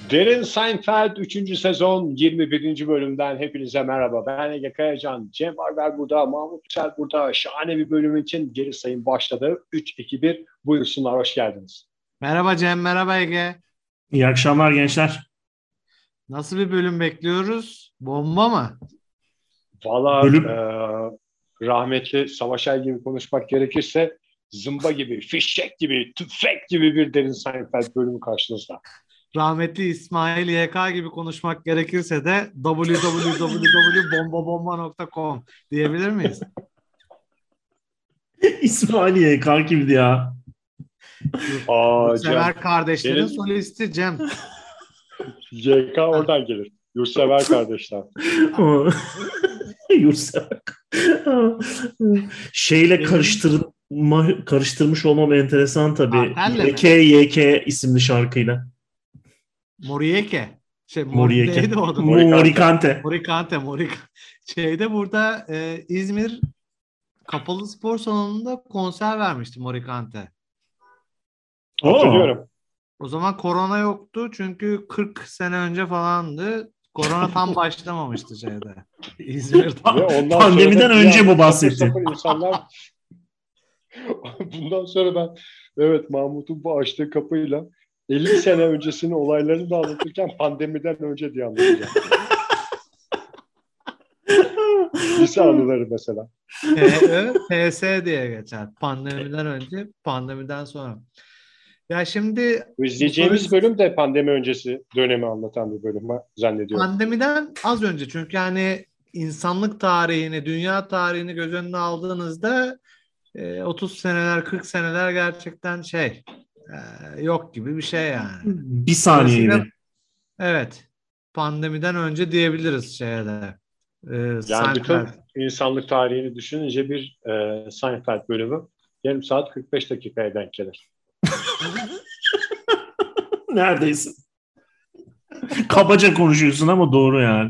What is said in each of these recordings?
Derin Seinfeld 3. sezon 21. bölümden hepinize merhaba. Ben Ege Kayacan, Cem Arber burada, Mahmut Yüksel burada. Şahane bir bölüm için geri sayım başladı. 3, 2, 1 buyursunlar, hoş geldiniz. Merhaba Cem, merhaba Ege. İyi akşamlar gençler. Nasıl bir bölüm bekliyoruz? Bomba mı? Valla Bölüm... rahmetli Savaş Er gibi konuşmak gerekirse zımba gibi, fişek gibi, tüfek gibi bir Derin Seinfeld bölümü karşınızda. Rahmetli İsmail YK gibi konuşmak gerekirse de www.bombabomba.com diyebilir miyiz? İsmail YK kimdi ya? Yurtsever kardeşlerin solisti Cem. YK oradan gelir. Yurtsever kardeşler. Yurtsever. Şeyle karıştırmış olmam enteresan tabii. YK isimli şarkıyla. Morieke. Morikante. Şeyde burada İzmir Kapalı Spor Salonu'nda konser vermişti Morikante. Hatırlıyorum. O zaman korona yoktu çünkü 40 sene önce falandı. Korona tam başlamamıştı şeyde. İzmir'de. Pandemiden önce bu bahsetti. İnsanlar bundan sonra ben Mahmut'un bu açtığı kapıyla 50 sene öncesinin olaylarını da anlatırken pandemiden önce diye anlatacağım. Lise anıları mesela. PS diye geçer. Pandemiden önce, pandemiden sonra. Ya şimdi izleyeceğimiz bölüm de pandemi öncesi dönemi anlatan bir bölüm zannediyorum. Pandemiden az önce, çünkü yani insanlık tarihini, dünya tarihini göz önüne aldığınızda 30 seneler, 40 seneler gerçekten yok gibi bir şey yani. Bir saniyeydi. Evet. Pandemiden önce diyebiliriz şeyde. Yani bütün insanlık tarihini düşününce bir Seinfeld bölümü yarım saat 45 dakikaya denk gelir. Neredeyse. Kabaca konuşuyorsun ama doğru yani.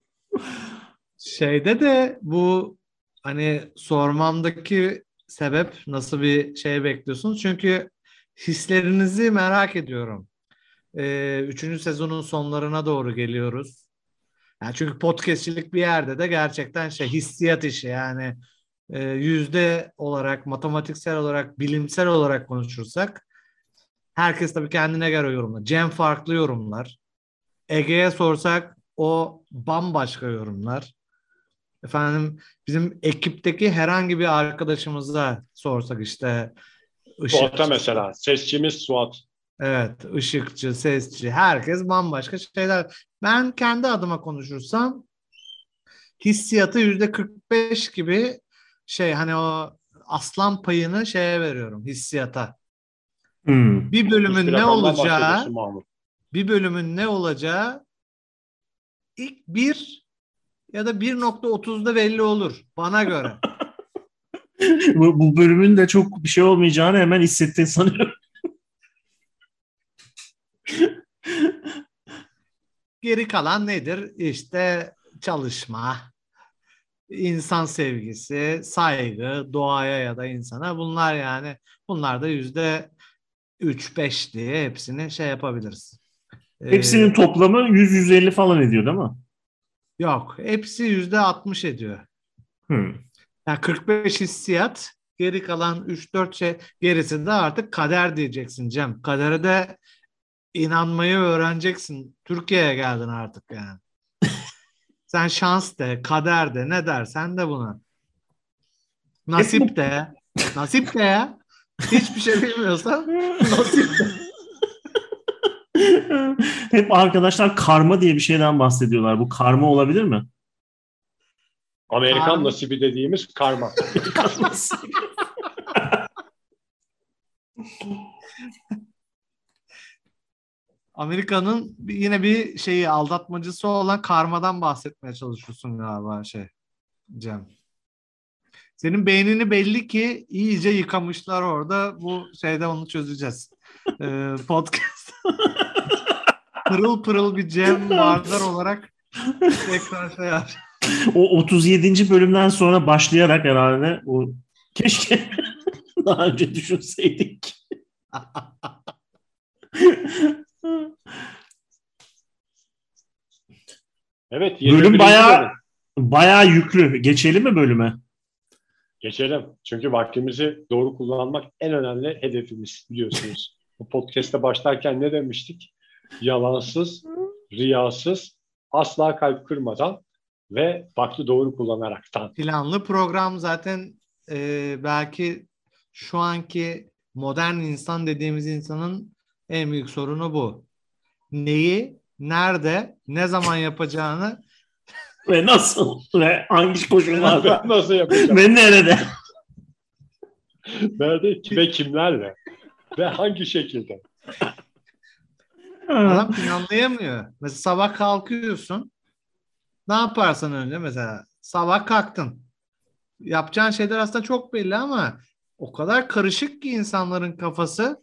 Şeyde de bu hani sormamdaki sebep, nasıl bir şey bekliyorsunuz? Çünkü hislerinizi merak ediyorum. 3. sezonun sonlarına doğru geliyoruz. Yani çünkü podcastçilik bir yerde de gerçekten hissiyat işi yani. Yüzde olarak, matematiksel olarak, bilimsel olarak konuşursak herkes tabii kendine göre yorumlar. Cem farklı yorumlar. Ege'ye sorsak o bambaşka yorumlar. Efendim, bizim ekipteki herhangi bir arkadaşımıza sorsak Suat'a mesela. Sesçimiz Suat. Evet, ışıkçı, sesçi, herkes bambaşka şeyler. Ben kendi adıma konuşursam hissiyatı %45 gibi hani o aslan payını veriyorum, hissiyata. Bir bölümün ne olacağı, ilk 1 ya da 1.30'da belli olur bana göre. Bu bölümün de çok bir şey olmayacağını hemen hissettin sanıyorum. Geri kalan nedir? İşte çalışma, insan sevgisi, saygı, doğaya ya da insana, bunlar yani. Bunlar da %3-5 diye hepsini yapabiliriz. Hepsinin toplamı 100-150 falan ediyor değil mi? Yok, hepsi %60 ediyor. Yani 45 hissiyat, geri kalan 3-4 gerisi de artık kader diyeceksin Cem. Kadere de inanmayı öğreneceksin. Türkiye'ye geldin artık yani. Sen şans de, kader de, ne dersen de buna. Nasip de. Nasip de ya. Hiçbir şey bilmiyorsan nasip de. Hep arkadaşlar karma diye bir şeyden bahsediyorlar. Bu karma olabilir mi? Amerikan nasibi dediğimiz karma. Amerika'nın yine bir aldatmacısı olan karmadan bahsetmeye çalışıyorsun galiba Cem. Senin beynini belli ki iyice yıkamışlar orada. Bu onu çözeceğiz. Podcast. Pırıl pırıl bir Cem Vardar olarak tekrar O 37. bölümden sonra başlayarak herhalde keşke daha önce düşünseydik. Evet. Bölüm 21. bayağı yüklü. Geçelim mi bölüme? Geçelim. Çünkü vaktimizi doğru kullanmak en önemli hedefimiz biliyorsunuz. Bu podcast'te başlarken ne demiştik? Yalansız, riyasız, asla kalp kırmadan ve vakti doğru kullanaraktan. Planlı program zaten belki şu anki modern insan dediğimiz insanın en büyük sorunu bu. Neyi, nerede, ne zaman yapacağını Ve nasıl? Ve hangi koşullarda? Nasıl yapacağım? Ve nerede? Nerede ve kimlerle? Ve hangi şekilde? adam planlayamıyor. Mesela sabah kalkıyorsun. Ne yaparsan önce mesela sabah kalktın. Yapacağın şeyler aslında çok belli ama o kadar karışık ki insanların kafası.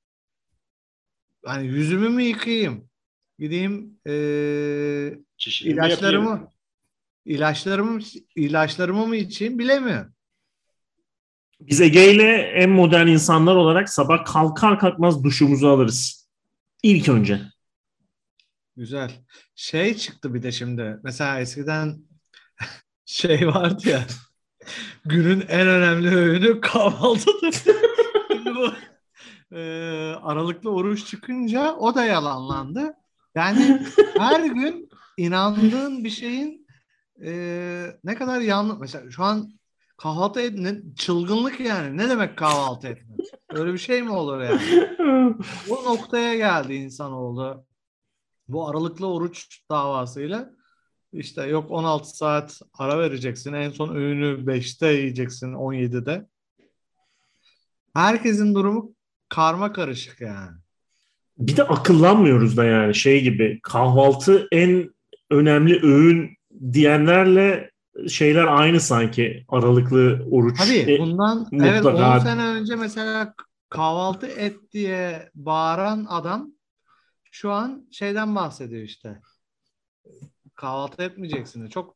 Hani yüzümü mü yıkayayım? Gideyim Kişiliğimi yapayım. ilaçlarımı mı içeyim bilemiyor. Biz Ege ile en modern insanlar olarak sabah kalkar kalkmaz duşumuzu alırız. İlk önce. Güzel. Şey çıktı bir de şimdi. Mesela eskiden şey vardı ya. Günün en önemli öğünü kahvaltıdır. Şimdi bu aralıklı oruç çıkınca o da yalanlandı. Yani her gün inandığın bir şeyin ne kadar yanlış. Mesela şu an kahvaltı çılgınlık yani. Ne demek kahvaltı etmek? Öyle bir şey mi olur yani? Bu noktaya geldi insanoğlu. Bu aralıklı oruç davasıyla işte yok 16 saat ara vereceksin. En son öğünü 5'te yiyeceksin 17'de. Herkesin durumu karma karışık yani. Bir de akıllanmıyoruz da yani şey gibi kahvaltı en önemli öğün diyenlerle şeyler aynı sanki aralıklı oruç. Tabii bundan evet mutlaka. 10 sene önce mesela kahvaltı et diye bağıran adam şu an şeyden bahsediyor işte. Kahvaltı etmeyeceksin. Çok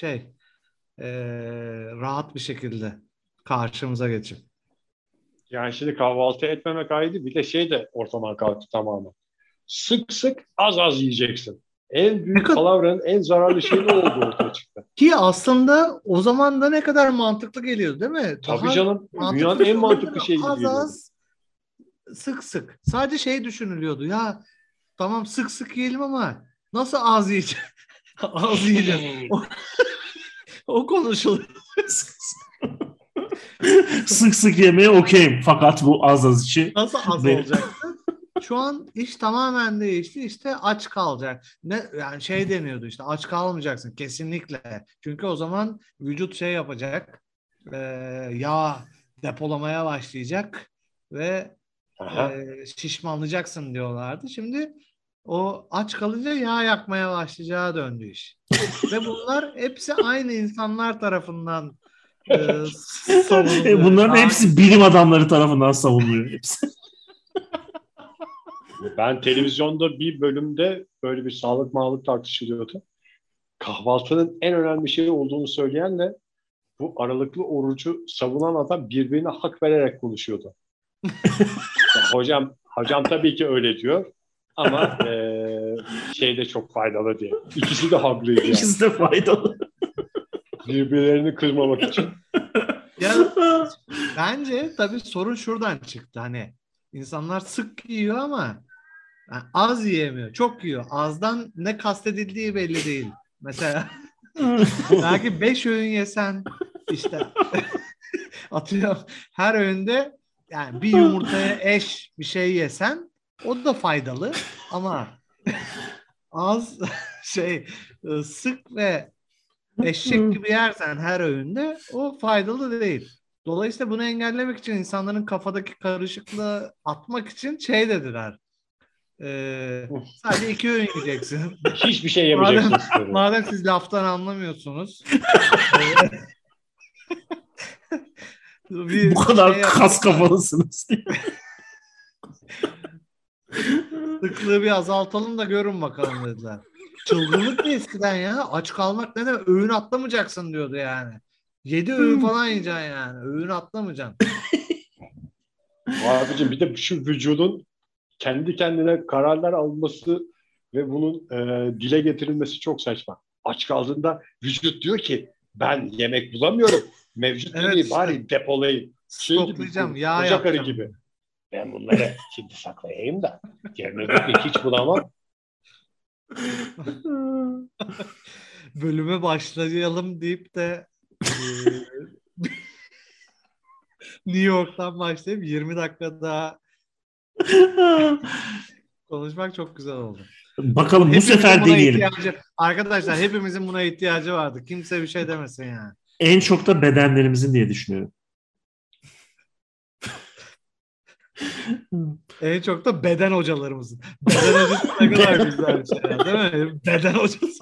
rahat bir şekilde karşımıza geçip. Yani şimdi kahvaltı etmemek ayrı, bir de şey de ortadan kalktı tamamen. Sık sık az az yiyeceksin. En büyük palavranın en zararlı şey ne olduğu ortaya çıktı. Ki aslında o zaman da ne kadar mantıklı geliyor değil mi? Tabii canım. Dünyanın en mantıklı şeyi az geliyor. az sık sık. Sadece şey düşünülüyordu ya tamam sık sık yiyelim ama nasıl az yiyeceğiz? Az yiyeceğiz. O konuşuluyor. Sık sık yemeye okeyim. Fakat bu az az içi. Nasıl az olacaktı? Şu an iş tamamen değişti. İşte aç kalacak. Yani şey deniyordu işte aç kalmayacaksın kesinlikle. Çünkü o zaman vücut şey yapacak. Yağ depolamaya başlayacak ve şişmanlayacaksın diyorlardı. Şimdi o aç kalınca yağ yakmaya başlayacağı döndü iş. Ve bunlar hepsi aynı insanlar tarafından savunuluyor. Bunların hepsi bilim adamları tarafından savunuluyor. Hepsi. Ben televizyonda bir bölümde böyle bir sağlık tartışılıyordu. Kahvaltının en önemli şey olduğunu söyleyenle bu aralıklı orucu savunan adam birbirine hak vererek konuşuyordu. Hocam tabii ki öyle diyor ama şey de çok faydalı diye. İkisi de haklıydı yani. İkisi de faydalı. Birbirlerini kırmamak için. Ya, bence tabii sorun şuradan çıktı. Hani insanlar sık yiyor ama yani az yiyemiyor. Çok yiyor. Azdan ne kastedildiği belli değil. Mesela belki 5 öğün yesen işte atıyorum her öğünde yani bir yumurtaya eş bir şey yesen o da faydalı ama az sık ve eşek gibi yersen her öğünde o faydalı değil. Dolayısıyla bunu engellemek için insanların kafadaki karışıklığı atmak için şey dediler. Sadece 2 öğün yiyeceksin. Hiçbir şey yemeyeceksiniz. Madem siz laftan anlamıyorsunuz. Bu kadar kas kafalısınız. Sıklığı bir azaltalım da görün bakalım dediler. Çılgınlık mı eskiden ya? Aç kalmak ne demek? Öğün atlamayacaksın diyordu yani. 7 öğün falan yiyeceksin yani. Öğün atlamayacaksın. Abicim bir de şu vücudun kendi kendine kararlar alması ve bunun dile getirilmesi çok saçma. aç kaldığında vücut diyor ki ben yemek bulamıyorum. Mevcut yemeği bari depolayayım. Stoklayacağım, yağ koca karı yapacağım. gibi. Ben bunları şimdi saklayayım da yarın öbür gün hiç bulamam. Bölüme başlayalım deyip de New York'tan başlayıp 20 dakika daha konuşmak çok güzel oldu. Bakalım bu Hepimizin sefer buna deneyelim. Arkadaşlar hepimizin buna ihtiyacı vardı. Kimse bir şey demesin yani. En çok da bedenlerimizin diye düşünüyorum. En çok da beden hocalarımızın. Beden hocası ne kadar güzel bir şey değil mi? Beden hocası.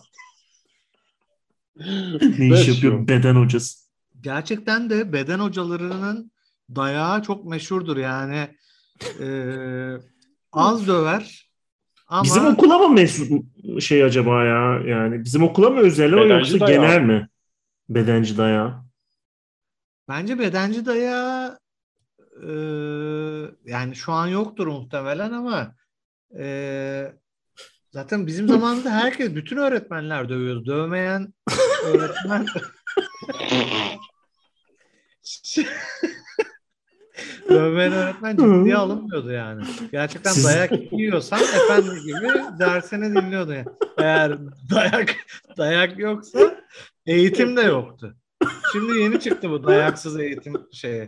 Ne iş yapıyor beden hocası? Gerçekten de beden hocalarının dayağı çok meşhurdur yani. Az döver ama... Bizim okula mı şey acaba ya? Yani bizim okula mı özel o yoksa dayağı. Genel mi? Bedenci dayağı. Bence bedenci dayağı yani şu an yoktur muhtemelen ama zaten bizim zamanında herkes, bütün öğretmenler dövüyordu. Dövmeyen öğretmen dövmeyen öğretmen ciddiye alınmıyordu yani. Gerçekten dayak yiyorsan efendi gibi dersini dinliyordu yani. Eğer dayak yoksa eğitim de yoktu. Şimdi yeni çıktı bu dayaksız eğitim şeyi.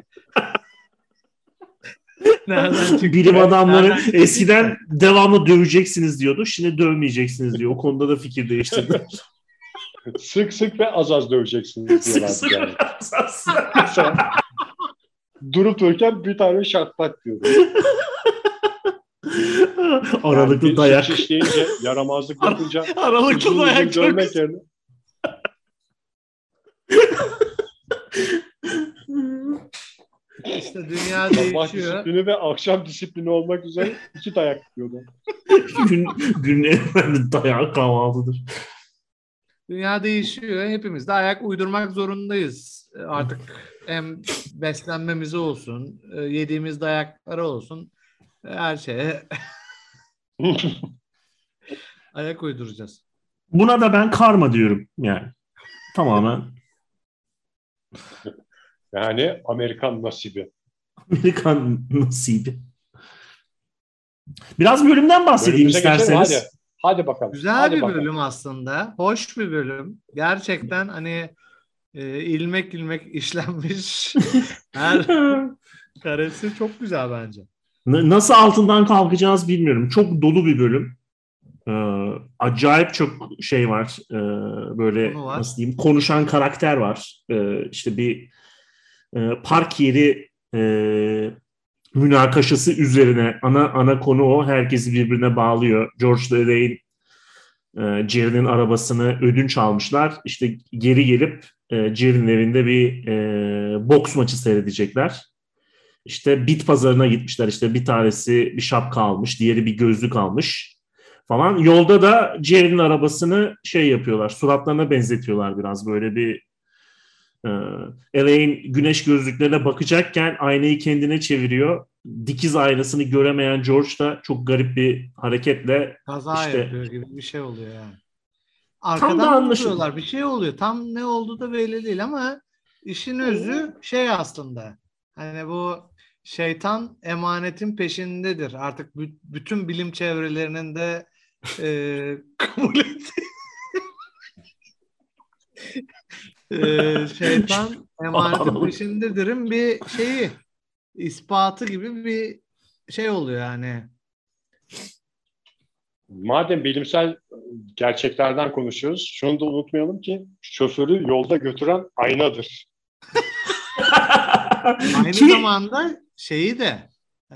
Bilim adamları eskiden devamlı döveceksiniz diyordu. Şimdi dövmeyeceksiniz diyor. O konuda da fikir değiştirdi. Sık sık ve az az döveceksiniz diyorlar. Yani. Mesela, durup dururken bir tane şaklat diyordu. Aralıklı yani dayak. Suç işleyince, yaramazlık yapınca aralıklı dayak dövmek yerine. İşte dünya değişiyor. Sabah disiplini ve akşam disiplini olmak üzere 2 dayak diyordu. Günün en önemli dayağı kahvaltıdır. Dünya değişiyor. Hepimiz de ayak uydurmak zorundayız. Artık hem beslenmemize olsun, yediğimiz dayaklara olsun, her şeye ayak uyduracağız. Buna da ben karma diyorum yani. Tamamen. Yani Amerikan nasibi. Amerikan nasibi. Biraz bölümden bahsedeyim isterseniz. Hadi bakalım. Güzel bir bölüm aslında. Hoş bir bölüm. Gerçekten hani ilmek ilmek işlenmiş. Her karesi çok güzel bence. Nasıl altından kalkacağız bilmiyorum. Çok dolu bir bölüm. Acayip çok şey var. Böyle var. Nasıl diyeyim? Konuşan karakter var. İşte bir park yeri münakaşası üzerine ana konu o. Herkesi birbirine bağlıyor. George Elaine Jerry'nin arabasını ödünç almışlar. İşte geri gelip Jerry'nin evinde bir boks maçı seyredecekler. İşte bit pazarına gitmişler. İşte bir tanesi bir şapka almış, diğeri bir gözlük almış falan. Yolda da Jerry'nin arabasını şey yapıyorlar. Suratlarına benzetiyorlar biraz böyle bir Elaine güneş gözlüklerine bakacakken aynayı kendine çeviriyor. Dikiz aynasını göremeyen George da çok garip bir hareketle kaza yapıyor gibi bir şey oluyor yani. Arkadan anlaşılıyor. Bir şey oluyor. Tam ne olduğu da belli değil ama işin özü şey aslında. Hani bu şeytan emanetin peşindedir. Artık bütün bilim çevrelerinin de kabul ettiği şeytan emanetin peşindedir'in bir şeyi, ispatı gibi bir şey oluyor yani. Madem bilimsel gerçeklerden konuşuyoruz, şunu da unutmayalım ki şoförü yolda götüren aynadır. Aynı zamanda şeyi de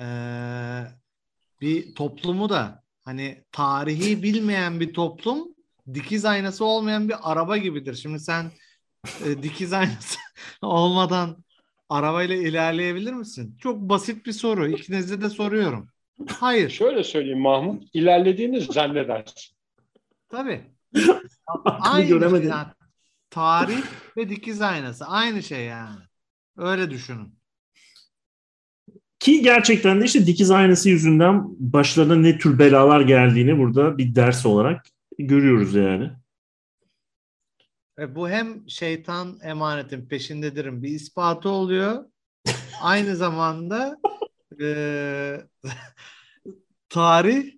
bir toplumu da hani tarihi bilmeyen bir toplum dikiz aynası olmayan bir araba gibidir. Şimdi sen dikiz aynası olmadan arabayla ilerleyebilir misin? Çok basit bir soru. İkinize de soruyorum. Hayır. Şöyle söyleyeyim Mahmut, ilerlediğini zannedersin. Tabii. Aynı şey yani. Tarih ve dikiz aynası. Aynı şey yani. Öyle düşünün. Ki gerçekten de işte dikiz aynası yüzünden başlarına ne tür belalar geldiğini burada bir ders olarak görüyoruz yani. Ve bu hem şeytan emanetin peşindedirim bir ispatı oluyor. Aynı zamanda tarih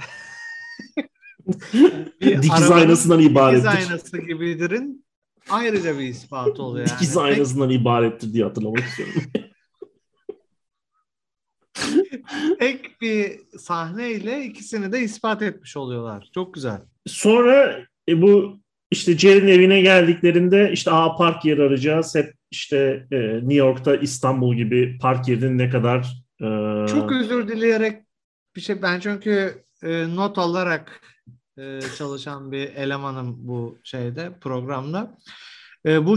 bir Dikiz arabanın aynasından dikiz ibarettir. aynası gibidirin ayrıca bir ispatı oluyor yani. Dikiz aynasından ibarettir diye hatırlamak istiyorum. Tek bir sahneyle ikisini de ispat etmiş oluyorlar. Çok güzel. Sonra bu işte Jerry'nin evine geldiklerinde işte park yeri arayacağız. Hep işte New York'ta İstanbul gibi park yerinin ne kadar çok özür dileyerek bir şey, ben çünkü not alarak çalışan bir elemanım bu programda. Bu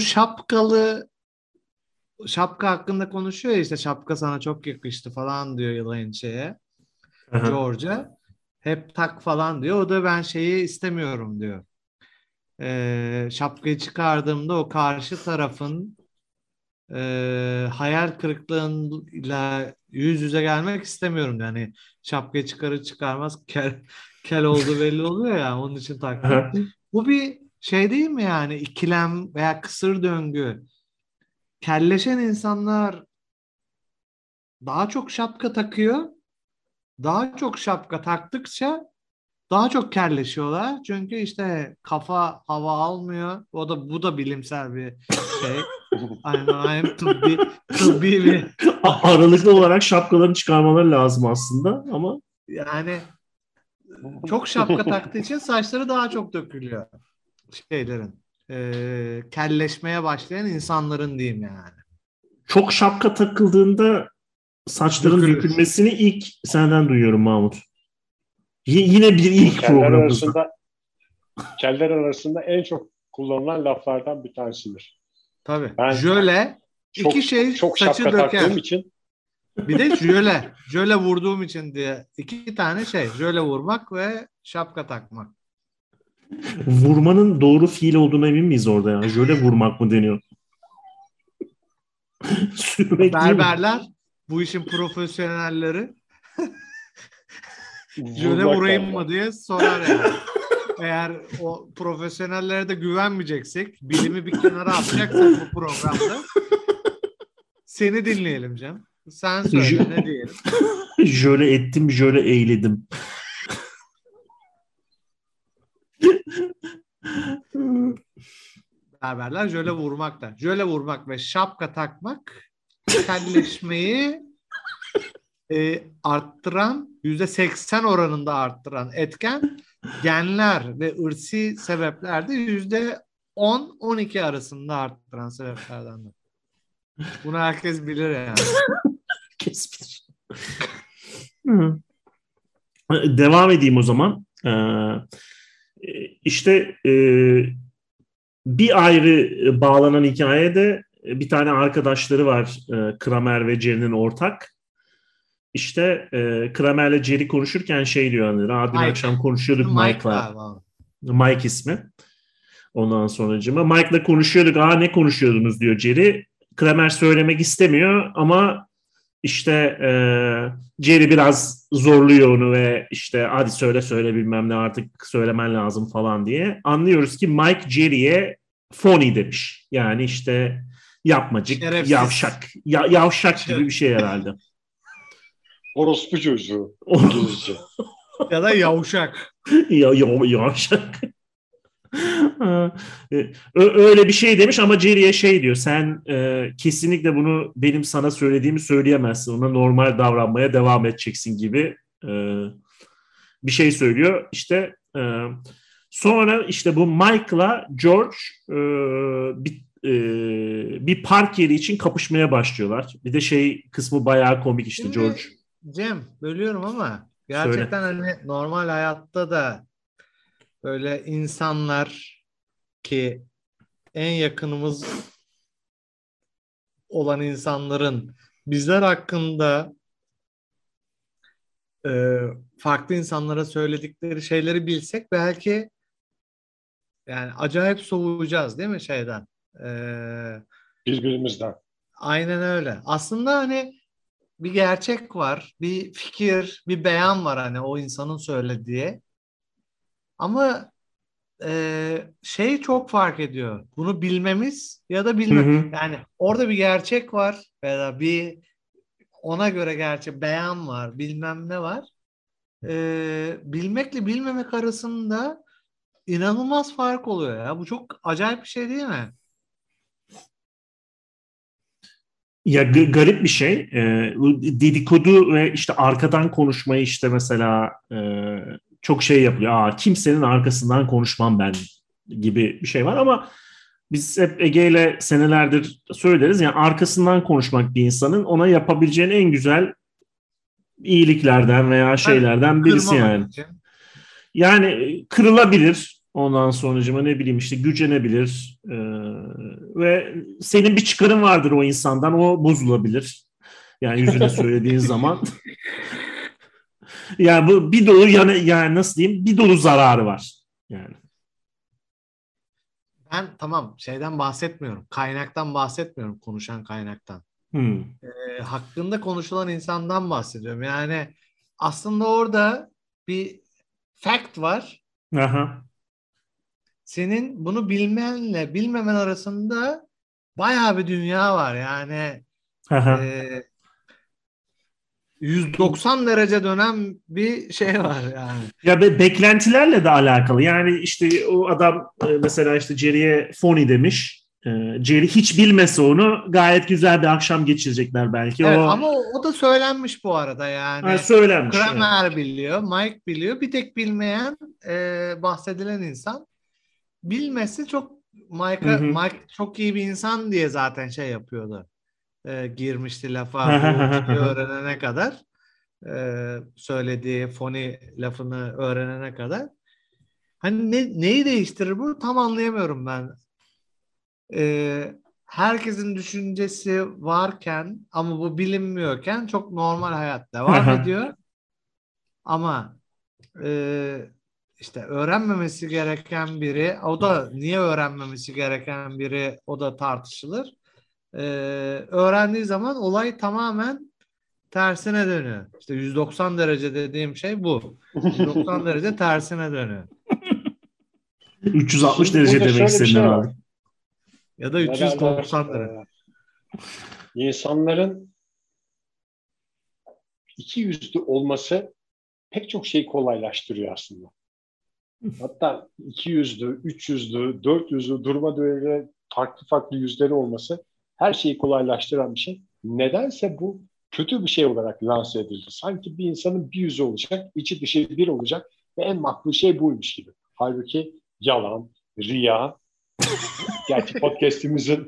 şapka hakkında konuşuyor ya, işte şapka sana çok yakıştı falan diyor Elaine George'a. Hep tak falan diyor. O da ben şeyi istemiyorum diyor. Şapkayı çıkardığımda o karşı tarafın hayal kırıklığıyla yüz yüze gelmek istemiyorum. Yani şapkayı çıkarır çıkarmaz kel olduğu belli oluyor ya, onun için taktım. Bu bir şey değil mi yani, ikilem veya kısır döngü. Kelleşen insanlar daha çok şapka takıyor. Daha çok şapka taktıkça daha çok kelleşiyorlar. Çünkü işte kafa hava almıyor. Bu da bilimsel bir şey. Aynen tıbbi bir aralıklı olarak şapkalarını çıkarmaları lazım aslında ama yani çok şapka taktığı için saçları daha çok dökülüyor şeylerin. Kelleşmeye başlayan insanların diyeyim yani. Çok şapka takıldığında saçların dökülmesini ilk senden duyuyorum Mahmut. Yine bir ilk programımızda. Keller arasında en çok kullanılan laflardan bir tanesidir. Tabii. Jöle iki şey çok saçı şapka döker. Taktığım için. Bir de jöle vurduğum için diye iki tane şey. Jöle vurmak ve şapka takmak. Vurmanın doğru fiil olduğuna emin miyiz orada ya? Jöle vurmak mı deniyor? Berberler bu işin profesyonelleri jöle vurayım mı diye sorar yani. Eğer o profesyonellere de güvenmeyeceksek, bilimi bir kenara atacaksak bu programda seni dinleyelim Cem. Sen söyle, ne diyelim? Jöle ettim, jöle eğledim. Berberler jöle vurmak da. Jöle vurmak ve şapka takmak kelleşmeyi arttıran, %80 oranında arttıran etken, genler ve ırsi sebepler de %10-12 arasında arttıran sebeplerden de. Bunu herkes bilir yani. Herkes bilir. Devam edeyim o zaman. İşte bir ayrı bağlanan hikayede bir tane arkadaşları var, Kramer ve Jerry'nin ortak. İşte Kramer'le Jerry konuşurken şey diyor, hani dün akşam konuşuyorduk Mike'la. Mike ismi. Ondan sonracığıma Mike'la konuşuyorduk. Ne konuşuyordunuz diyor Jerry. Kramer söylemek istemiyor ama işte Jerry biraz zorluyor onu ve işte hadi söyle bilmem ne, artık söylemen lazım falan diye. Anlıyoruz ki Mike Jerry'e phony demiş. Yani işte yapmacık, şerefsiz, yavşak. Yavşak gibi bir şey herhalde. Orospu çocuğu. Ya da yavşak. Yavşak. Öyle bir şey demiş ama Jerry'e şey diyor, sen kesinlikle bunu benim sana söylediğimi söyleyemezsin, ona normal davranmaya devam edeceksin gibi bir şey söylüyor. İşte sonra işte bu Mike'la George bir park yeri için kapışmaya başlıyorlar. Bir de şey kısmı bayağı komik işte. Şimdi, George. Cem, bölüyorum ama gerçekten hani normal hayatta da böyle insanlar ki en yakınımız olan insanların bizler hakkında farklı insanlara söyledikleri şeyleri bilsek belki yani acayip soğuyacağız değil mi şeyden? Birbirimizden. Aynen öyle. Aslında hani bir gerçek var, bir fikir, bir beyan var hani o insanın söylediği. Ama şey çok fark ediyor. Bunu bilmemiz ya da Hı bilmem. hı. Yani orada bir gerçek var veya bir ona göre gerçek beyan var, bilmem ne var. Bilmekle bilmemek arasında inanılmaz fark oluyor ya. Bu çok acayip bir şey değil mi? Ya garip bir şey. Bu dedikodu ve işte arkadan konuşmayı işte mesela çok şey yapıyor. Kimsenin arkasından konuşmam ben gibi bir şey var ama biz hep Ege ile senelerdir söyleriz. Yani arkasından konuşmak bir insanın ona yapabileceğin en güzel iyiliklerden veya Tabii, şeylerden birisi kırmamak yani. için. Yani kırılabilir. Ondan sonracıma ne bileyim işte gücenebilir. Ve senin bir çıkarın vardır o insandan. O bozulabilir. Yani yüzüne söylediğin zaman. Yani bu bir dolu yani nasıl diyeyim bir dolu zararı var. Yani. Ben tamam şeyden bahsetmiyorum. Kaynaktan bahsetmiyorum. Konuşan kaynaktan. Hmm. Hakkında konuşulan insandan bahsediyorum. Yani aslında orada bir fact var. Aha. Senin bunu bilmenle bilmemen arasında bayağı bir dünya var. Yani Aha. e, 190 derece dönen bir şey var yani. Ya beklentilerle de alakalı. Yani işte o adam mesela işte Jerry'e Fonny demiş. Jerry hiç bilmese onu gayet güzel bir akşam geçirecekler belki. Evet O ama o da söylenmiş bu arada yani. söylenmiş. Evet. Kramer biliyor, Mike biliyor. Bir tek bilmeyen bahsedilen insan. Bilmesi çok Hı hı. Mike çok iyi bir insan diye zaten şey yapıyordu. Girmişti lafa bu şeyi öğrenene kadar. Söylediği foni lafını öğrenene kadar. Hani neyi değiştirir bu? Tam anlayamıyorum ben. Herkesin düşüncesi varken ama bu bilinmiyorken çok normal hayat devam ediyor. Ama işte öğrenmemesi gereken biri, o da niye öğrenmemesi gereken biri, o da tartışılır. Öğrendiği zaman olay tamamen tersine dönüyor. İşte 190 derece dediğim şey bu. 190 derece tersine dönüyor. 360 Şimdi derece burada demek şöyle bir istediğini şey var. herhalde. Ya da Ne derler? 390 derece. İnsanların iki yüzlü olması pek çok şeyi kolaylaştırıyor aslında. Hatta iki yüzlü, üç yüzlü, dört yüzlü duruma göre farklı farklı yüzleri olması her şeyi kolaylaştıran bir şey. Nedense bu kötü bir şey olarak lanse edildi. Sanki bir insanın bir yüzü olacak, içi dışı bir olacak ve en makbul şey buymuş gibi. Halbuki yalan, riya, gerçi podcast'imizin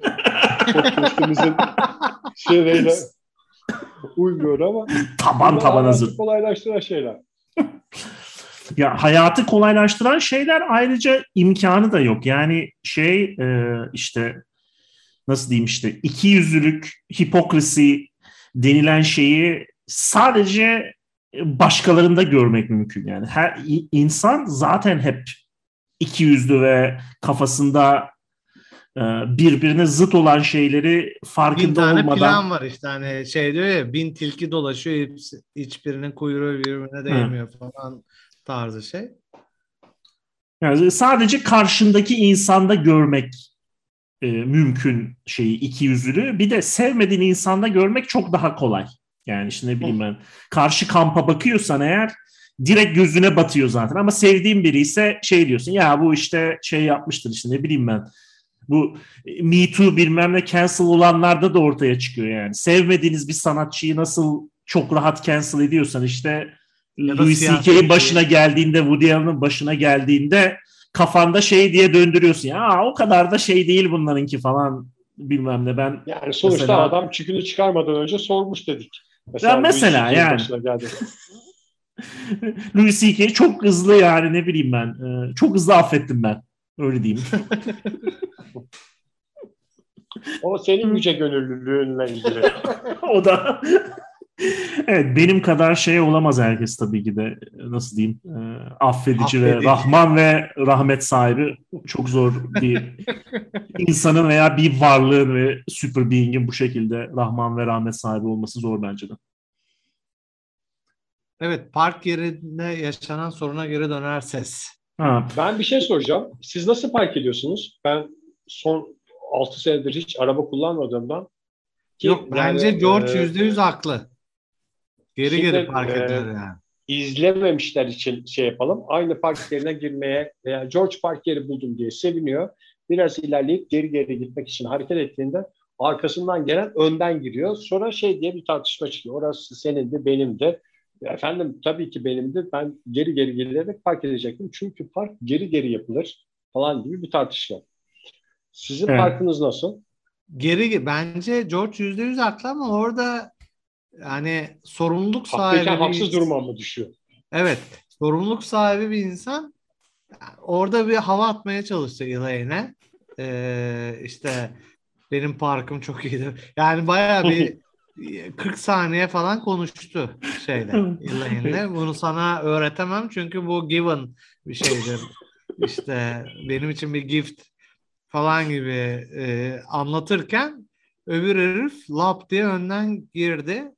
şeyleriyle uymuyor ama Taban bunlar hayatı hazır. kolaylaştıran şeyler. Ya hayatı kolaylaştıran şeyler ayrıca imkanı da yok. Yani işte nasıl diyeyim işte ikiyüzlülük, hipokrisi denilen şeyi sadece başkalarında görmek mümkün. Yani her insan zaten hep ikiyüzlü ve kafasında birbirine zıt olan şeyleri 1000 farkında tane olmadan plan var işte hani şey diyor ya 1000 tilki dolaşıyor hiçbirinin kuyruğu birbirine değmiyor falan tarzı şey. yani sadece karşındaki insanda görmek mümkün şeyi ikiyüzlülüğü. Bir de sevmediğin insanda görmek çok daha kolay. Yani işte ne bileyim ben karşı kampa bakıyorsan eğer direkt gözüne batıyor zaten ama sevdiğin biri ise şey diyorsun ya bu işte şey yapmıştır işte ne bileyim ben bu Me Too bilmem ne cancel olanlarda da ortaya çıkıyor yani. Sevmediğiniz bir sanatçıyı nasıl çok rahat cancel ediyorsan işte Louis C.K.'in başına geldiğinde Woody Allen'ın başına geldiğinde kafanda şey diye döndürüyorsun. Ya o kadar da şey değil bunlarınki falan bilmem ne ben. Yani sonuçta mesela, adam çükünü çıkarmadan önce sormuş dedik. Mesela yani. Louis C.K. çok hızlı yani ne bileyim ben. Çok hızlı affettim ben. Öyle diyeyim. O senin yüce gönüllülüğünle ilgili. O da evet benim kadar şey olamaz herkes tabii ki de nasıl diyeyim affedici ve Rahman ve rahmet sahibi çok zor bir insanın veya bir varlığın ve super being'in bu şekilde Rahman ve rahmet sahibi olması zor bence de. Evet park yerine yaşanan soruna geri dönerseniz Ha. Ben bir şey soracağım. Siz nasıl park ediyorsunuz? Ben son 6 senedir hiç araba kullanmadığımdan ki Yok, yani bence George %100 haklı. Geri şimdi park eder yani. izlememişler için şey yapalım. Aynı park yerine girmeye veya George park yeri buldum diye seviniyor. Biraz ilerleyip geri gitmek için hareket ettiğinde arkasından gelen önden giriyor. Sonra şey diye bir tartışma çıkıyor. Orası senindi, benimdi. Efendim tabii ki benimdi. Ben geri gelerek park edecektim. Çünkü park geri yapılır falan gibi bir tartışma. Sizin Evet. parkınız nasıl? Bence George %100 haklı ama orada yani sorumluluk sahibi Haklıyken bir haksız duruma mı düşüyor? Evet, sorumluluk sahibi bir insan orada bir hava atmaya çalıştı Elaine'e. İşte benim parkım çok iyidir. Yani bayağı bir 40 saniye falan konuştu Elaine'le. Bunu sana öğretemem çünkü bu given bir şeydir. İşte benim için bir gift falan gibi anlatırken öbür herif lap diye önden girdi.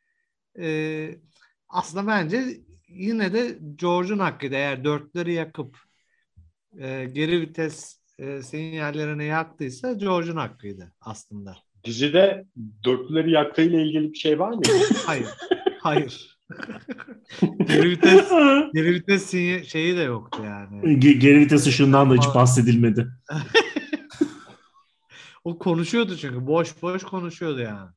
Aslında bence yine de George'un hakkıydı. Eğer dörtleri yakıp geri vites sinyallerini yaktıysa George'un hakkıydı aslında. Dizide dörtlüleri yaktığıyla ilgili bir şey var mı? Hayır. geri vites şeyi de yoktu yani. Geri vites ışığından da hiç bahsedilmedi. O konuşuyordu çünkü. Boş konuşuyordu yani.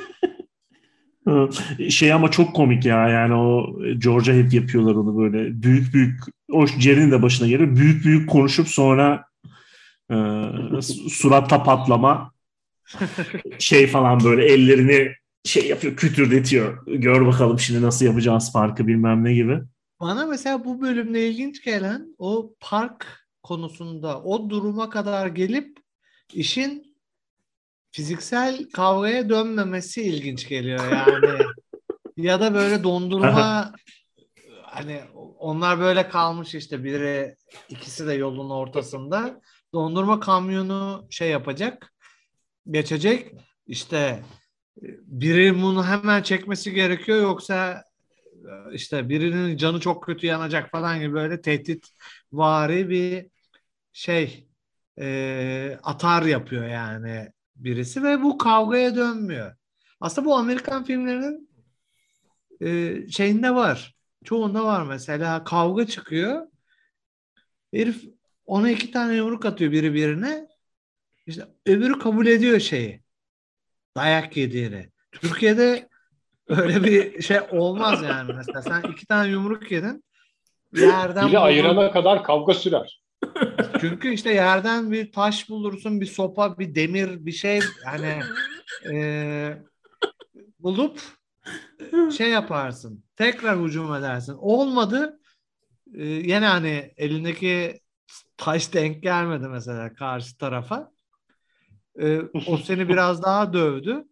Şey ama çok komik ya, yani o George'a hep yapıyorlar onu böyle büyük o Jerry'nin de başına geliyor, büyük konuşup sonra suratta patlama şey falan, böyle ellerini şey yapıyor, kütürdetiyor, gör bakalım şimdi nasıl yapacağız farkı bilmem ne gibi. Bana mesela bu bölümde ilginç gelen o park konusunda o duruma kadar gelip işin fiziksel kavgaya dönmemesi ilginç geliyor yani. Ya da böyle dondurma hani onlar böyle kalmış işte ikisi de yolun ortasında. Dondurma kamyonu şey yapacak, geçecek. İşte biri bunu hemen çekmesi gerekiyor yoksa işte birinin canı çok kötü yanacak falan gibi böyle tehditvari bir şey atar yapıyor yani birisi ve bu kavgaya dönmüyor. Aslında bu Amerikan filmlerinin şeyinde var. Çoğunda var mesela kavga çıkıyor. Herif ona 2 tane yumruk atıyor biri birine. İşte öbürü kabul ediyor şeyi. Dayak yediğini. Türkiye'de öyle bir şey olmaz yani. Mesela sen 2 tane yumruk yedin. Yerden Biri ayırana kadar kavga sürer. Çünkü işte yerden bir taş bulursun, bir sopa, bir demir, bir şey hani bulup şey yaparsın. Tekrar hücum edersin. Olmadı. Yine hani elindeki taş denk gelmedi mesela karşı tarafa. O seni biraz daha dövdü.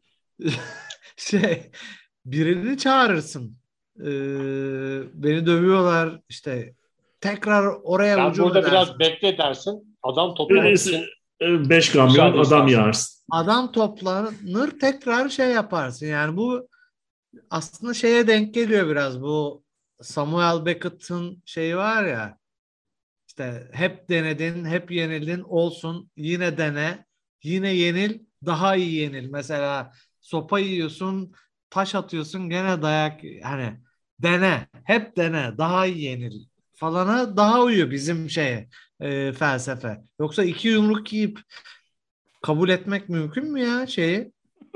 Birini çağırırsın. Beni dövüyorlar işte tekrar oraya Sen hücum burada edersin. biraz bekle dersin. Adam toplamak için 5 kamyon adam yağarsın. Adam toplanır tekrar şey yaparsın. Yani bu aslında şeye denk geliyor biraz. Bu Samuel Beckett'ın şeyi var ya işte hep denedin, hep yenildin olsun yine dene, yine yenil, daha iyi yenil. Mesela sopa yiyorsun, taş atıyorsun gene dayak hani dene, hep dene, daha iyi yenil falana daha uyuyor bizim felsefe. Yoksa 2 yumruk yiyip kabul etmek mümkün mü ya şeyi?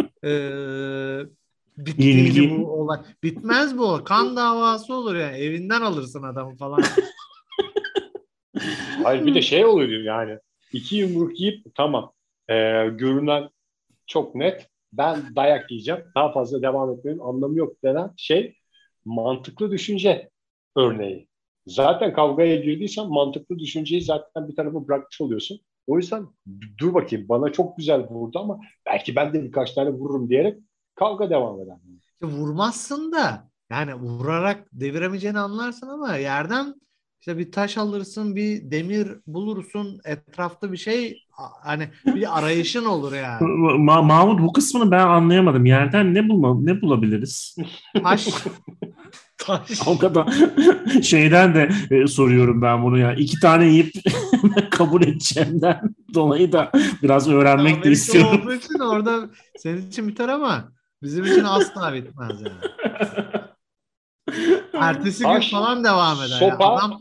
Bittiğini bu olay. Bitmez bu. Kan davası olur yani. Evinden alırsın adamı falan. Hayır bir de şey oluyor yani. 2 yumruk yiyip tamam. Görünen çok net. Ben dayak yiyeceğim. Daha fazla devam etmenin anlamı yok denen şey mantıklı düşünce örneği. Zaten kavgaya girdiysen mantıklı düşünceyi zaten bir tarafa bırakmış oluyorsun. O yüzden dur bakayım bana çok güzel vurdu ama belki ben de birkaç tane vururum diyerek kavga devam eder. Vurmazsın da yani vurarak deviremeyeceğini anlarsın ama yerden işte bir taş alırsın, bir demir bulursun, etrafta bir şey hani bir arayışın olur yani. Mahmut bu kısmını ben anlayamadım. Yerden ne bulabiliriz? O kadar şeyden de soruyorum ben bunu ya. 2 tane yiyip kabul edeceğimden dolayı da biraz öğrenmek de Amerika istiyorum. olduğu için orada senin için biter ama bizim için asla bitmez yani. Ertesi gün Taş, falan devam eder. sopa. Yani. Adam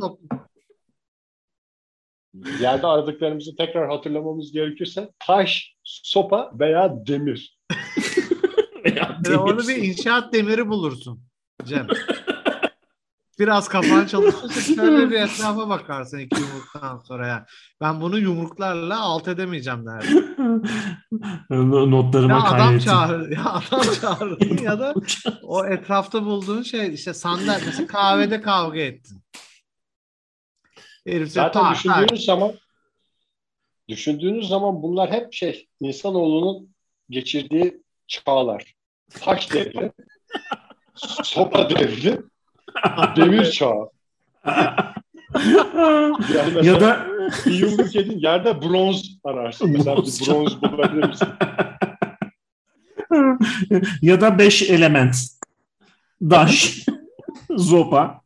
Yerde aradıklarımızı tekrar hatırlamamız gerekirse taş, sopa veya demir. Orada bir inşaat demiri bulursun Cem. Biraz kafan çalışırsa şöyle bir etrafa bakarsın 2 yumruktan sonra ya. Ben bunu yumruklarla alt edemeyeceğim derdim. Notlarıma kaydettim. Ya adam çağırdın ya da o etrafta bulduğun şey işte sandal mesela kahvede kavga ettin. Herif Zaten düşündüğünüz zaman bunlar hep insanoğlunun geçirdiği çağlar. Taş devri, sopa devri, demir çağı. Yani Ya da bir yumruk yedin yerde bronz ararsın. Mesela bir bronz bulabilir misin? Ya da 5 element. Daş, zopa.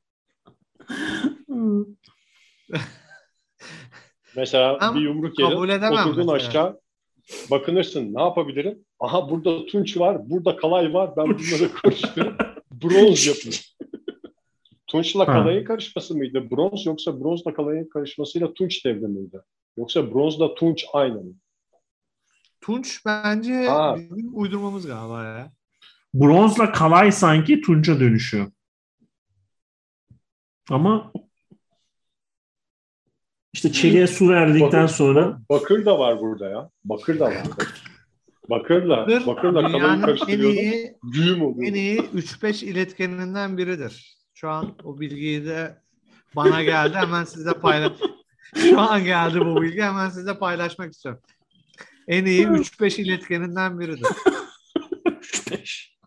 Mesela bir yumruk yedin, oturdun aşağı, bakınırsın ne yapabilirim? Aha burada tunç var, burada kalay var, ben bunları karıştırıp bronz yapayım. Tunçla kalayın karışması mıydı? Bronz yoksa bronzla kalayın karışmasıyla tunç devri miydi? Yoksa bronzla tunç aynı mı? Tunç bence bizim uydurmamız galiba ya. Bronzla kalay sanki tunca dönüşüyor. Ama işte çeliğe su verdikten sonra bakır da var burada ya. Bakır da var. Bakırla kalayı karıştırıyordum. Düğüm oluyor. En iyi 3-5 iletkeninden biridir. Şu an o bilgiyi de bana geldi. Hemen size Şu an geldi bu bilgi. Hemen size paylaşmak istiyorum. En iyi 3-5 iletkeninden biridir. 3-5.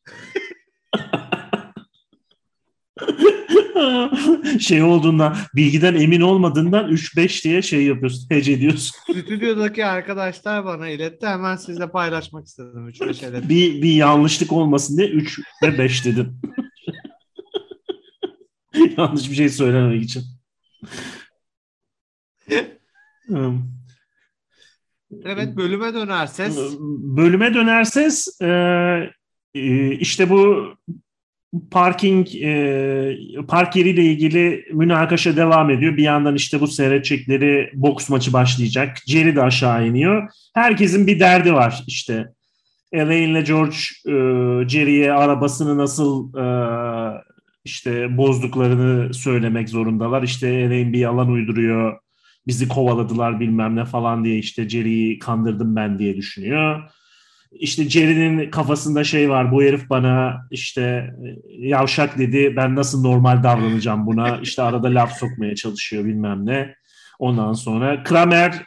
Bilgiden emin olmadığından 3-5 diye yapıyorsun. Hece ediyorsun. Stüdyodaki arkadaşlar bana iletti. Hemen sizle paylaşmak istedim. 3-5 iletti. Bir yanlışlık olmasın diye 3 ve 5 dedim. Yanlış bir şey söylememek için. Evet, bölüme dönerseniz işte bu park yeriyle ilgili münakaşa devam ediyor. Bir yandan işte bu seyredecekleri boks maçı başlayacak. Jerry de aşağı iniyor. Herkesin bir derdi var işte. Elaine ile George Jerry'ye arabasını nasıl işte bozduklarını söylemek zorundalar. İşte Elaine bir yalan uyduruyor. Bizi kovaladılar bilmem ne falan diye işte Jerry'yi kandırdım ben diye düşünüyor. İşte Jerry'nin kafasında var, bu herif bana işte yavşak dedi, ben nasıl normal davranacağım buna, işte arada laf sokmaya çalışıyor bilmem ne. Ondan sonra Kramer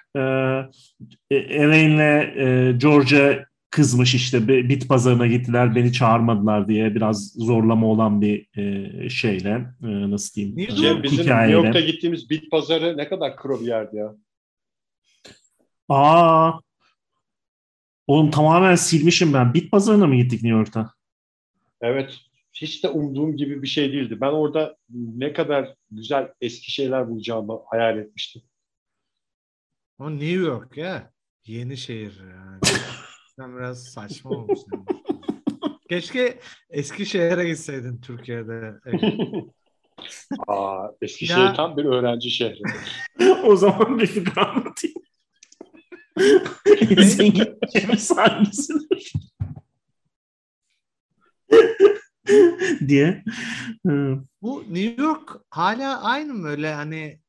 Elaine'le George'a kızmış, işte bit pazarına gittiler beni çağırmadılar diye, biraz zorlama olan bir nasıl diyeyim, bizim New York'ta gittiğimiz bit pazarı ne kadar kro bir yerdi ya. Oğlum tamamen silmişim ben. Bit pazarına mı gittik New York'ta? Evet. Hiç de umduğum gibi bir şey değildi. Ben orada ne kadar güzel eski şeyler bulacağımı hayal etmiştim. O New York ya. Yeni şehir yani. Sen biraz saçma olmuş. Keşke Eskişehir'e gitseydin Türkiye'de. Eskişehir tam bir öğrenci şehri. O zaman bir fikir anlatayım. Zengin şehir hangisidir? diye. Bu New York hala aynı mı öyle, hani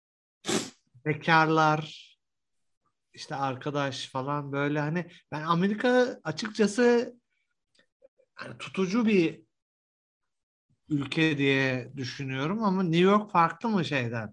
bekarlar işte arkadaş falan böyle, hani ben Amerika açıkçası yani tutucu bir ülke diye düşünüyorum ama New York farklı mı şeyden?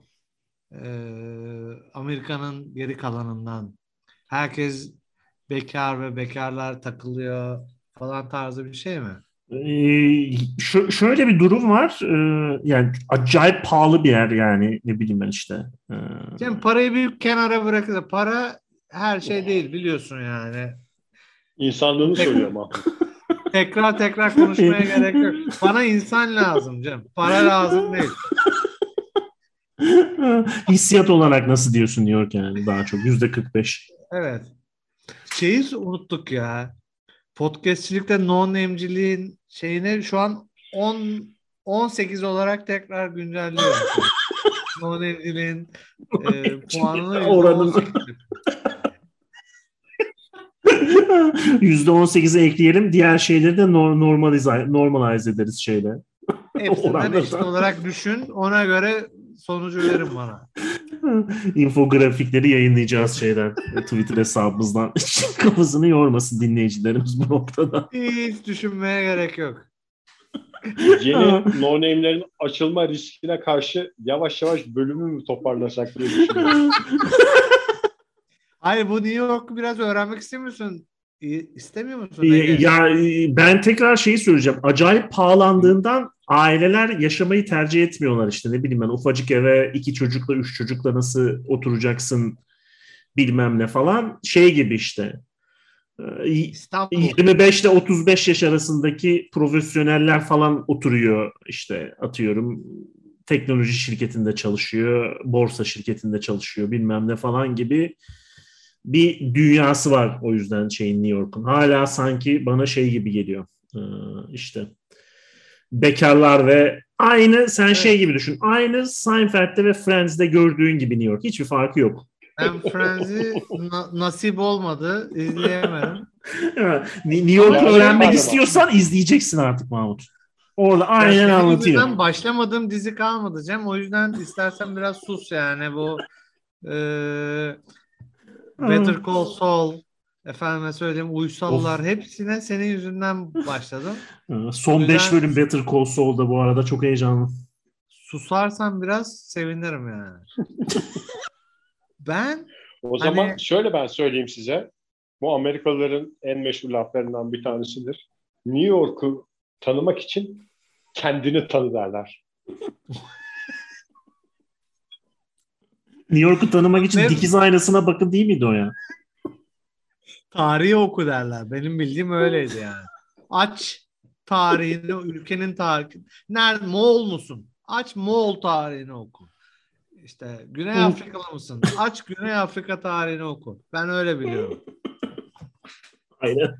Amerika'nın geri kalanından. Herkes bekar ve bekarlar takılıyor falan tarzı bir şey mi? Şöyle bir durum var. Yani acayip pahalı bir yer yani, ne bileyim ben işte. Şimdi parayı bir kenara bırakın. Para her şey değil biliyorsun yani. İnsanlığını söylüyorum abi. Tekrar konuşmaya gerek yok. Bana insan lazım canım. Para lazım değil. Hissiyat olarak nasıl diyorsun New York yani daha çok %45. Evet. Şeyi unuttuk ya. Podcastçilikte no name'ciliğin şeyini şu an 18 olarak tekrar güncelliyorum. No name'ciliğin puanını Oranını. %18'e ekleyelim. Diğer şeyleri de normalize ederiz şeyle. Hepsinden eşit olarak düşün. Ona göre sonucu verin bana. İnfografikleri yayınlayacağız şeyden. Twitter hesabımızdan. Kafasını yormasın dinleyicilerimiz bu noktada. Hiç düşünmeye gerek yok. Yeni no name'lerin açılma riskine karşı yavaş yavaş bölümü mü toparlasak diye düşünüyorum. Hayır, bu New York'u biraz öğrenmek istemiyorsun. İstemiyor musun? Ya ben tekrar şeyi söyleyeceğim. Acayip pahalandığından aileler yaşamayı tercih etmiyorlar işte. Ne bileyim ben, ufacık eve 2 çocukla 3 çocukla nasıl oturacaksın bilmem ne falan. Şey gibi işte. İstanbul. 25 ile 35 yaş arasındaki profesyoneller falan oturuyor işte, atıyorum. Teknoloji şirketinde çalışıyor, borsa şirketinde çalışıyor bilmem ne falan gibi bir dünyası var o yüzden şeyin, New York'un. Hala sanki bana şey gibi geliyor. İşte bekarlar ve aynı sen şey gibi düşün. Aynı Seinfeld'de ve Friends'de gördüğün gibi New York. Hiçbir farkı yok. Ben Friends'i nasip olmadı. İzleyemedim. New York'u öğrenmek istiyorsan izleyeceksin artık Mahmut. Orada aynen anlatıyor. Ben başlamadığım dizi kalmadı Cem. O yüzden istersen biraz sus yani. Bu Better Call Saul, efendime söyleyeyim Uysallar, hepsine senin yüzünden başladım. Son 5 bölüm Better Call Saul'da bu arada çok heyecanlı. Susarsan biraz sevinirim yani. O zaman şöyle ben söyleyeyim size. Bu Amerikalıların en meşhur laflarından bir tanesidir. New York'u tanımak için kendini tanı derler. New York'u tanımak için dikiz aynasına bakın değil miydi o ya? Tarihi oku derler. Benim bildiğim öyleydi yani. Aç tarihini, ülkenin tarihini. Nerede? Moğol musun? Aç Moğol tarihini oku. İşte Güney Afrikalı mısın? Aç Güney Afrika tarihini oku. Ben öyle biliyorum. Aynen.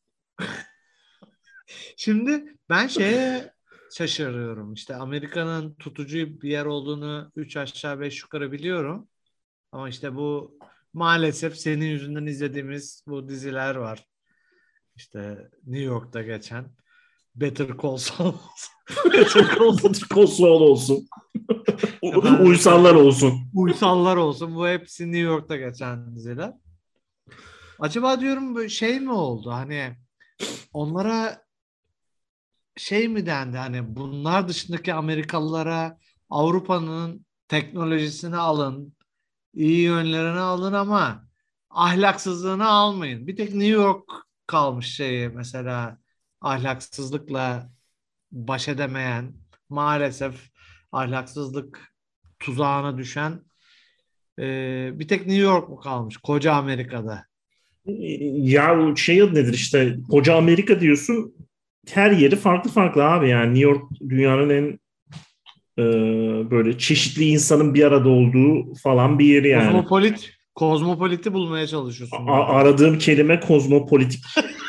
Şimdi ben şeye şaşırıyorum. İşte Amerika'nın tutucu bir yer olduğunu 3 aşağı 5 yukarı biliyorum. Ama işte bu maalesef senin yüzünden izlediğimiz bu diziler var. İşte New York'ta geçen Better Call Saul. Better Call Saul olsun. Uysallar olsun. Uysallar olsun. Bu hepsi New York'ta geçen diziler. Acaba diyorum böyle şey mi oldu? Hani onlara şey mi dendi? Hani bunlar dışındaki Amerikalılara Avrupa'nın teknolojisini alın, iyi yönlerini alın ama ahlaksızlığını almayın. Bir tek New York kalmış şeyi mesela ahlaksızlıkla baş edemeyen, maalesef ahlaksızlık tuzağına düşen bir tek New York mu kalmış koca Amerika'da? Ya şey nedir işte, koca Amerika diyorsun, her yeri farklı farklı abi yani. New York dünyanın en böyle çeşitli insanın bir arada olduğu falan bir yeri yani. Kozmopoliti bulmaya çalışıyorsun. Aradığım kelime kozmopolitik.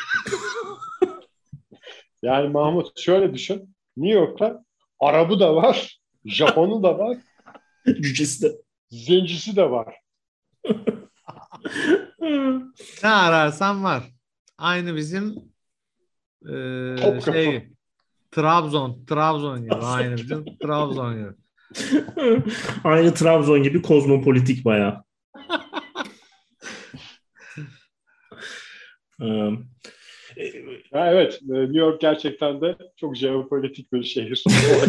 Yani Mahmut şöyle düşün. New York'ta Arabı da var, Japon'u da var, Cücesi de. Zencisi de var. Ne ararsan var. Aynı bizim Trabzon gibi. Aynı bizim Trabzon gibi. Aynı Trabzon gibi kozmopolitik bayağı. Ya evet, New York gerçekten de çok jeopolitik bir şehir.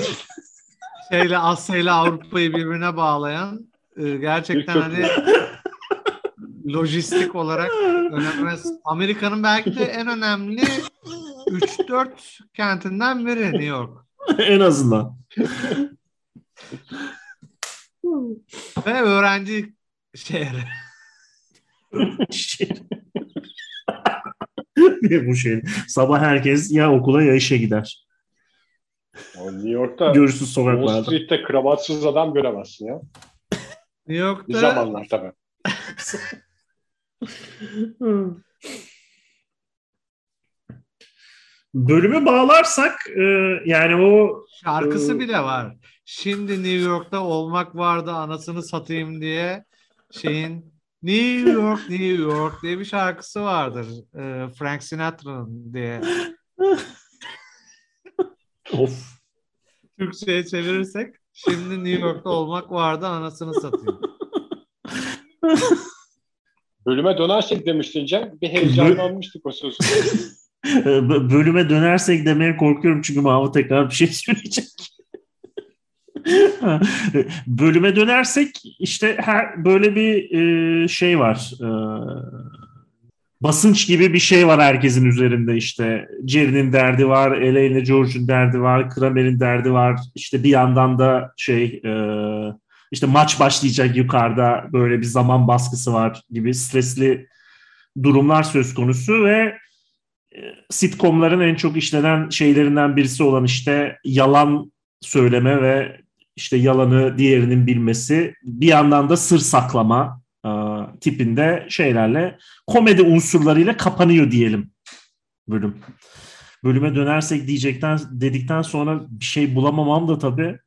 Asya ile Avrupa'yı birbirine bağlayan gerçekten hani lojistik olarak önemli. Amerika'nın belki de en önemli 3-4 kentinden biri New York. En azından. Ve öğrenci şehri. Bu şey. Sabah herkes ya okula ya işe gider. O New York'ta Görürsüz Wall sokaklarda. Street'te kravatsız adam göremezsin ya. New York'ta Bir zamanlar tabii. Bölümü bağlarsak yani o şarkısı bile var. Şimdi New York'ta olmak vardı anasını satayım diye şeyin New York, New York diye bir şarkısı vardır. Frank Sinatra'nın diye. of. Türkçe'ye çevirirsek şimdi New York'ta olmak vardı anasını satayım. Bölüme dönersek demiştin Cem. Bir heyecanlanmıştık o sözü. Bölüme dönersek demeye korkuyorum çünkü Mahmut tekrar bir şey söyleyecek. Bölüme dönersek işte böyle bir şey var. Basınç gibi bir şey var herkesin üzerinde işte. Jerry'nin derdi var, Elaine George'un derdi var, Kramer'in derdi var. İşte bir yandan da işte maç başlayacak yukarıda böyle bir zaman baskısı var gibi stresli durumlar söz konusu ve sitcomların en çok işlenen şeylerinden birisi olan işte yalan söyleme ve işte yalanı diğerinin bilmesi, bir yandan da sır saklama tipinde şeylerle, komedi unsurlarıyla kapanıyor diyelim bölüm. Bölüme dönersek dedikten sonra bir şey bulamamam da tabii.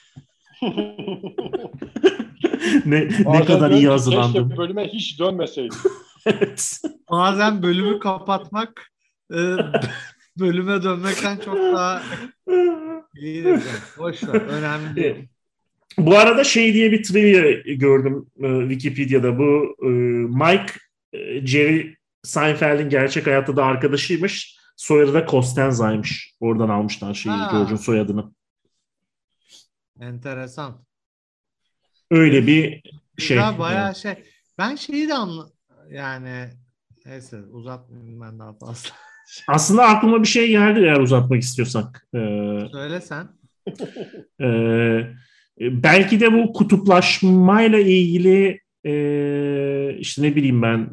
ne kadar iyi hazırlandım. Keşke bölüme hiç dönmeseydim. Evet. Bazen bölümü kapatmak bölüme dönmekten çok daha iyidir. Boş ver, önemli değil. Bu arada şey diye bir trivia gördüm Wikipedia'da. Bu Mike, Jerry Seinfeld'in gerçek hayatta da arkadaşıymış. Soyadı da Costenza'ymış. Oradan almışlar George'un soyadını. Enteresan. Öyle bir şey. Güzel, bayağı şey. Ben şeyi de yani neyse uzatmayayım ben daha fazla. Aslında aklıma bir şey geldi eğer uzatmak istiyorsak. Söyle sen. Belki de bu kutuplaşmayla ilgili işte ne bileyim ben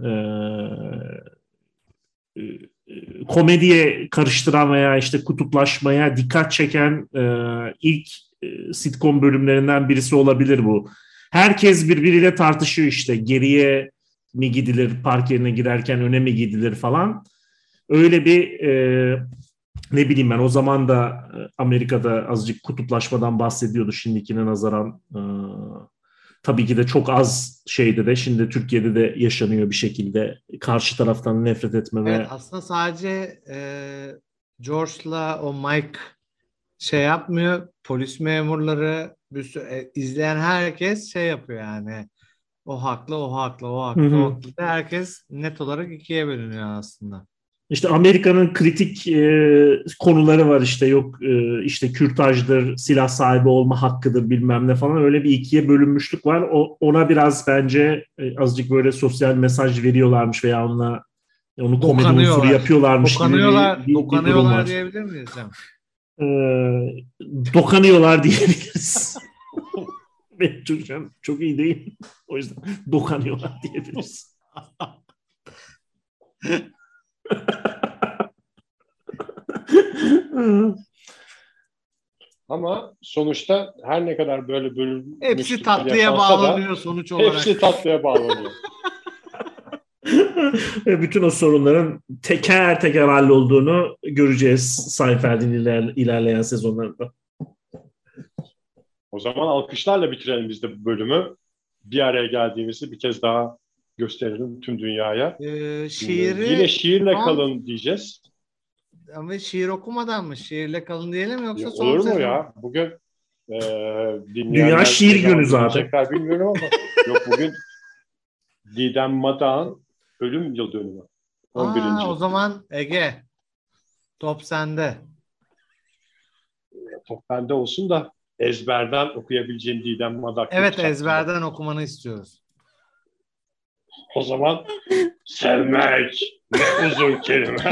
komediye karıştıran veya işte kutuplaşmaya dikkat çeken ilk sitcom bölümlerinden birisi olabilir bu. Herkes birbiriyle tartışıyor işte geriye mi gidilir, park yerine girerken öne mi gidilir falan. Öyle bir ne bileyim ben o zaman da Amerika'da azıcık kutuplaşmadan bahsediyordu şimdikine nazaran. Tabii ki de çok az şeyde de şimdi Türkiye'de de yaşanıyor bir şekilde karşı taraftan nefret etme ve... Evet, aslında sadece George'la o Mike şey yapmıyor. Polis memurları, izleyen herkes şey yapıyor yani. O haklı, o haklı, o haklı, o haklı. Herkes net olarak ikiye bölünüyor aslında. İşte Amerika'nın kritik konuları var işte yok işte kürtajdır, silah sahibi olma hakkıdır bilmem ne falan öyle bir ikiye bölünmüşlük var. Ona biraz bence azıcık böyle sosyal mesaj veriyorlarmış veya onu komedi unsuru yapıyorlarmış gibi bir durum var. Diyebilir miyiz canım? Dokanıyorlar diyebiliriz. Benim Türkçem çok iyi değil. O yüzden dokanıyorlar diyebiliriz. Ama sonuçta her ne kadar böyle bölünmüşlük hepsi tatlıya bağlanıyor sonuç olarak. Hepsi tatlıya bağlanıyor. Bütün o sorunların teker teker hallolduğunu göreceğiz Seinfeld'in ilerleyen sezonlarında. O zaman alkışlarla bitirelim biz de bu bölümü. Bir araya geldiğimizi bir kez daha gösterelim tüm dünyaya. Yine şiirle kalın diyeceğiz. Ama şiir okumadan mı? Şiirle kalın diyelim yoksa son olur mu sezon? ya? Bugün Dünya şiir günü zaten. Bilmiyorum ama yok bugün Didem Madak'ın ölüm yıl dönümü. 11. O zaman Ege top sende. Top bende olsun da ezberden okuyabileceğin Didem Madak. Evet, ezberden okumanı istiyoruz. O zaman sevmek ne uzun kelime.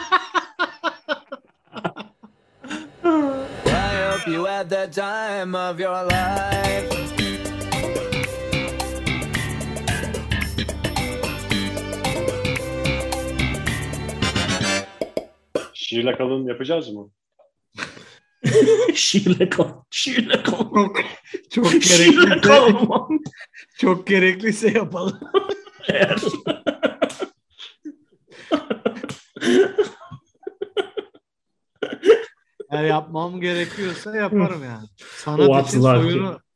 I hope you had the time of your life. Şiirle kalın yapacağız mı? Şiirle kal. Şiirle kal. Çok Şiirle gerekliyse, kalmam. çok gerekliyse yapalım. Eğer. Eğer yapmam gerekiyorsa yaparım yani. O Sanat için attılar ki.